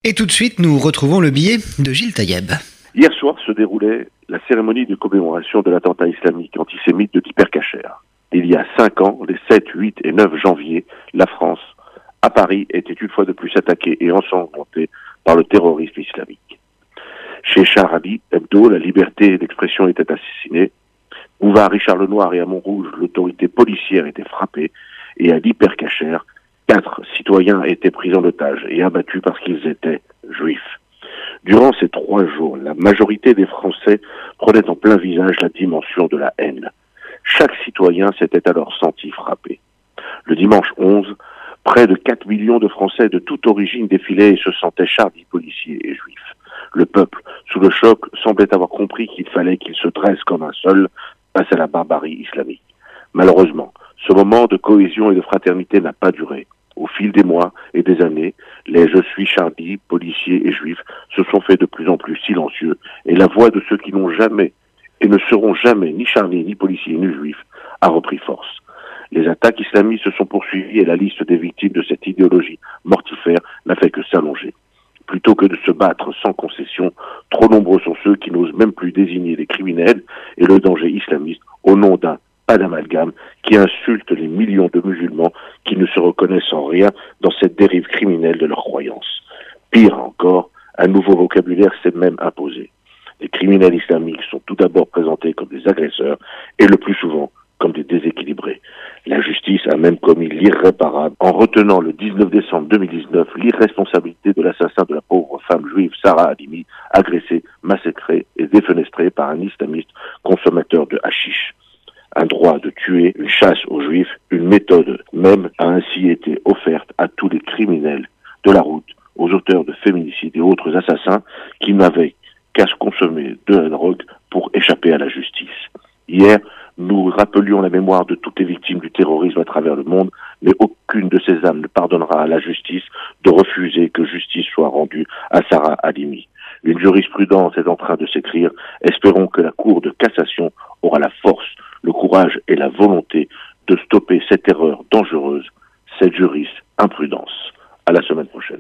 Et tout de suite, nous retrouvons le billet de Gilles Taïeb. Hier soir se déroulait la cérémonie de commémoration de l'attentat islamique antisémite de Hyper-Cacher. Il y a 5 ans, les 7, 8 et 9 janvier, la France, à Paris, était une fois de plus attaquée et ensanglantée par le terrorisme islamique. Chez Charlie Hebdo, la liberté d'expression était assassinée. Boulevard Richard Lenoir et à Montrouge, l'autorité policière était frappée. Et à l'Hyper-Cacher, 4 citoyens étaient pris en otage et abattus parce qu'ils étaient juifs. Durant ces 3 jours, la majorité des Français prenaient en plein visage la dimension de la haine. Chaque citoyen s'était alors senti frappé. Le dimanche 11, près de 4 millions de Français de toute origine défilaient et se sentaient chardis policiers et juifs. Le peuple, sous le choc, semblait avoir compris qu'il fallait qu'il se dresse comme un seul face à la barbarie islamique. Malheureusement, ce moment de cohésion et de fraternité n'a pas duré. Au fil des mois et des années, les « je suis chardis », policiers et juifs se sont faits de plus en plus silencieux et la voix de ceux qui n'ont jamais et ne seront jamais ni chardis, ni policiers, ni juifs a repris force. Les attaques islamistes se sont poursuivies et la liste des victimes de cette idéologie mortifère n'a fait que s'allonger. Plutôt que de se battre sans concession, trop nombreux sont ceux qui n'osent même plus désigner les criminels et le danger islamiste au nom d'un pas d'amalgame qui insulte les millions de musulmans qui ne se reconnaissent en rien dans cette dérive criminelle de leurs croyances. Pire encore, un nouveau vocabulaire s'est même imposé. Les criminels islamiques sont tout d'abord présentés comme des agresseurs et le plus souvent comme des déséquilibrés. La justice a même commis l'irréparable en retenant le 19 décembre 2019 l'irresponsabilité de l'assassin de la pauvre femme juive Sarah Halimi, agressée, massacrée et défenestrée par un islamiste consommateur de hashish. Un droit de tuer, une chasse aux juifs, une méthode même a ainsi été offerte à tous les criminels de la route, aux auteurs de féminicides et autres assassins qui n'avaient qu'à se consommer de la drogue pour échapper à la justice. Hier, nous rappelions la mémoire de toutes les victimes du terrorisme à travers le monde, mais aucune de ces âmes ne pardonnera à la justice de refuser que justice soit rendue à Sarah Halimi. Une jurisprudence est en train de s'écrire. Espérons que la Cour de cassation aura la force, le courage et la volonté de stopper cette erreur dangereuse, cette jurisprudence. À la semaine prochaine.